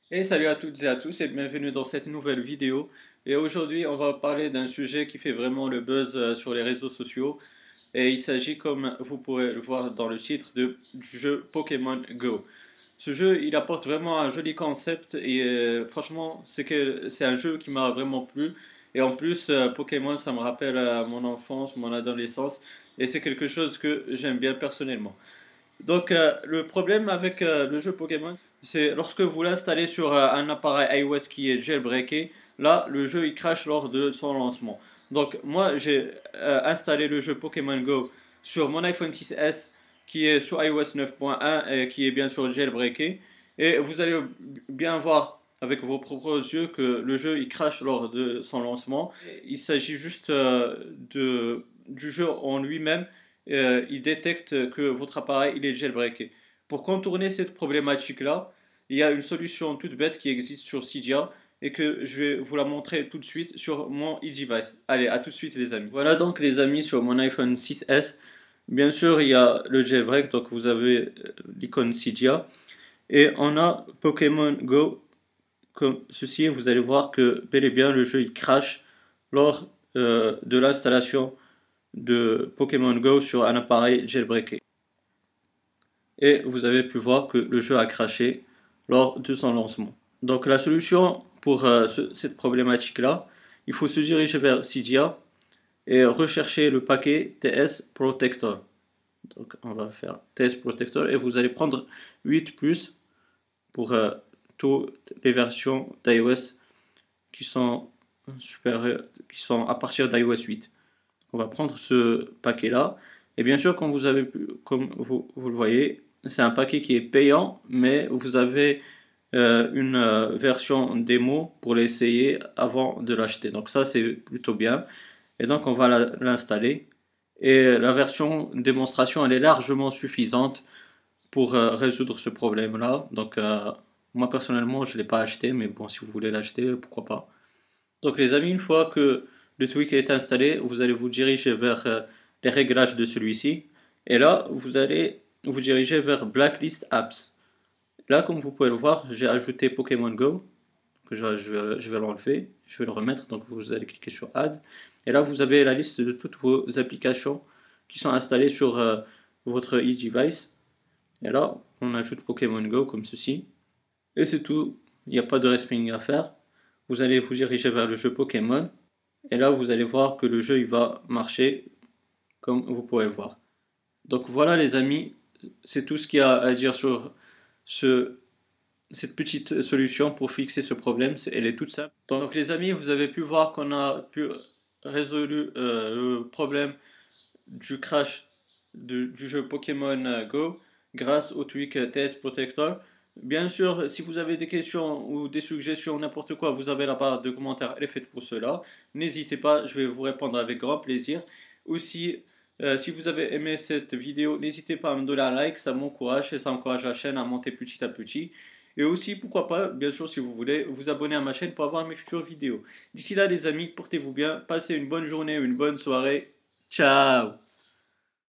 Et salut à toutes et à tous et bienvenue dans cette nouvelle vidéo. Et aujourd'hui, on va parler d'un sujet qui fait vraiment le buzz sur les réseaux sociaux. Et il s'agit, comme vous pourrez le voir dans le titre, du jeu Pokémon Go. Ce jeu, il apporte vraiment un joli concept et franchement, c'est un jeu qui m'a vraiment plu. Et en plus, Pokémon, ça me rappelle mon enfance, mon adolescence. Et c'est quelque chose que j'aime bien personnellement. Donc, le problème avec le jeu Pokémon, c'est lorsque vous l'installez sur un appareil iOS qui est jailbreaké, là, le jeu il crache lors de son lancement. Donc, moi, j'ai installé le jeu Pokémon Go sur mon iPhone 6S qui est sur iOS 9.1 et qui est bien sûr jailbreaké. Et vous allez bien voir avec vos propres yeux que le jeu il crache lors de son lancement. Il s'agit juste du jeu en lui-même, il détecte que votre appareil il est jailbreaké. Pour contourner cette problématique-là, il y a une solution toute bête qui existe sur Cydia et que je vais vous la montrer tout de suite sur mon e-device. Allez, à tout de suite les amis. Voilà donc les amis sur mon iPhone 6S. Bien sûr, il y a le jailbreak, donc vous avez l'icône Cydia. Et on a Pokémon Go comme ceci. Vous allez voir que bel et bien le jeu il crache lors de l'installation de Pokémon Go sur un appareil jailbreaké. Et vous avez pu voir que le jeu a craché lors de son lancement. Donc la solution pour cette problématique-là, il faut se diriger vers Cydia et rechercher le paquet TS Protector. Donc on va faire TS Protector et vous allez prendre 8 plus pour toutes les versions d'iOS qui sont qui sont à partir d'iOS 8. On va prendre ce paquet-là. Et bien sûr, comme vous le voyez, c'est un paquet qui est payant, mais vous avez une version démo pour l'essayer avant de l'acheter. Donc ça, c'est plutôt bien. Et donc, on va l'installer. Et la version démonstration, elle est largement suffisante pour résoudre ce problème-là. Donc, moi, personnellement, je ne l'ai pas acheté, mais bon, si vous voulez l'acheter, pourquoi pas. Donc les amis, une fois que le tweak est installé, vous allez vous diriger vers les réglages de celui-ci. Et là, vous allez vous diriger vers Blacklist Apps. Là, comme vous pouvez le voir, j'ai ajouté Pokémon Go. Que je vais l'enlever, je vais le remettre. Donc vous allez cliquer sur Add. Et là, vous avez la liste de toutes vos applications qui sont installées sur votre e-device. Et là, on ajoute Pokémon Go comme ceci. Et c'est tout. Il n'y a pas de respinning à faire. Vous allez vous diriger vers le jeu Pokémon. Et là, vous allez voir que le jeu il va marcher comme vous pouvez le voir. Donc voilà les amis, c'est tout ce qu'il y a à dire sur ce, cette petite solution pour fixer ce problème. Elle est toute simple. Donc les amis, vous avez pu voir qu'on a pu résoudre le problème du crash du jeu Pokémon Go grâce au tweak TS Protector. Bien sûr, si vous avez des questions ou des suggestions, n'importe quoi, vous avez la barre de commentaires, elle est faite pour cela. N'hésitez pas, je vais vous répondre avec grand plaisir. Aussi, si vous avez aimé cette vidéo, n'hésitez pas à me donner un like, ça m'encourage et ça encourage la chaîne à monter petit à petit. Et aussi, pourquoi pas, bien sûr, si vous voulez, vous abonner à ma chaîne pour avoir mes futures vidéos. D'ici là, les amis, portez-vous bien, passez une bonne journée, une bonne soirée. Ciao!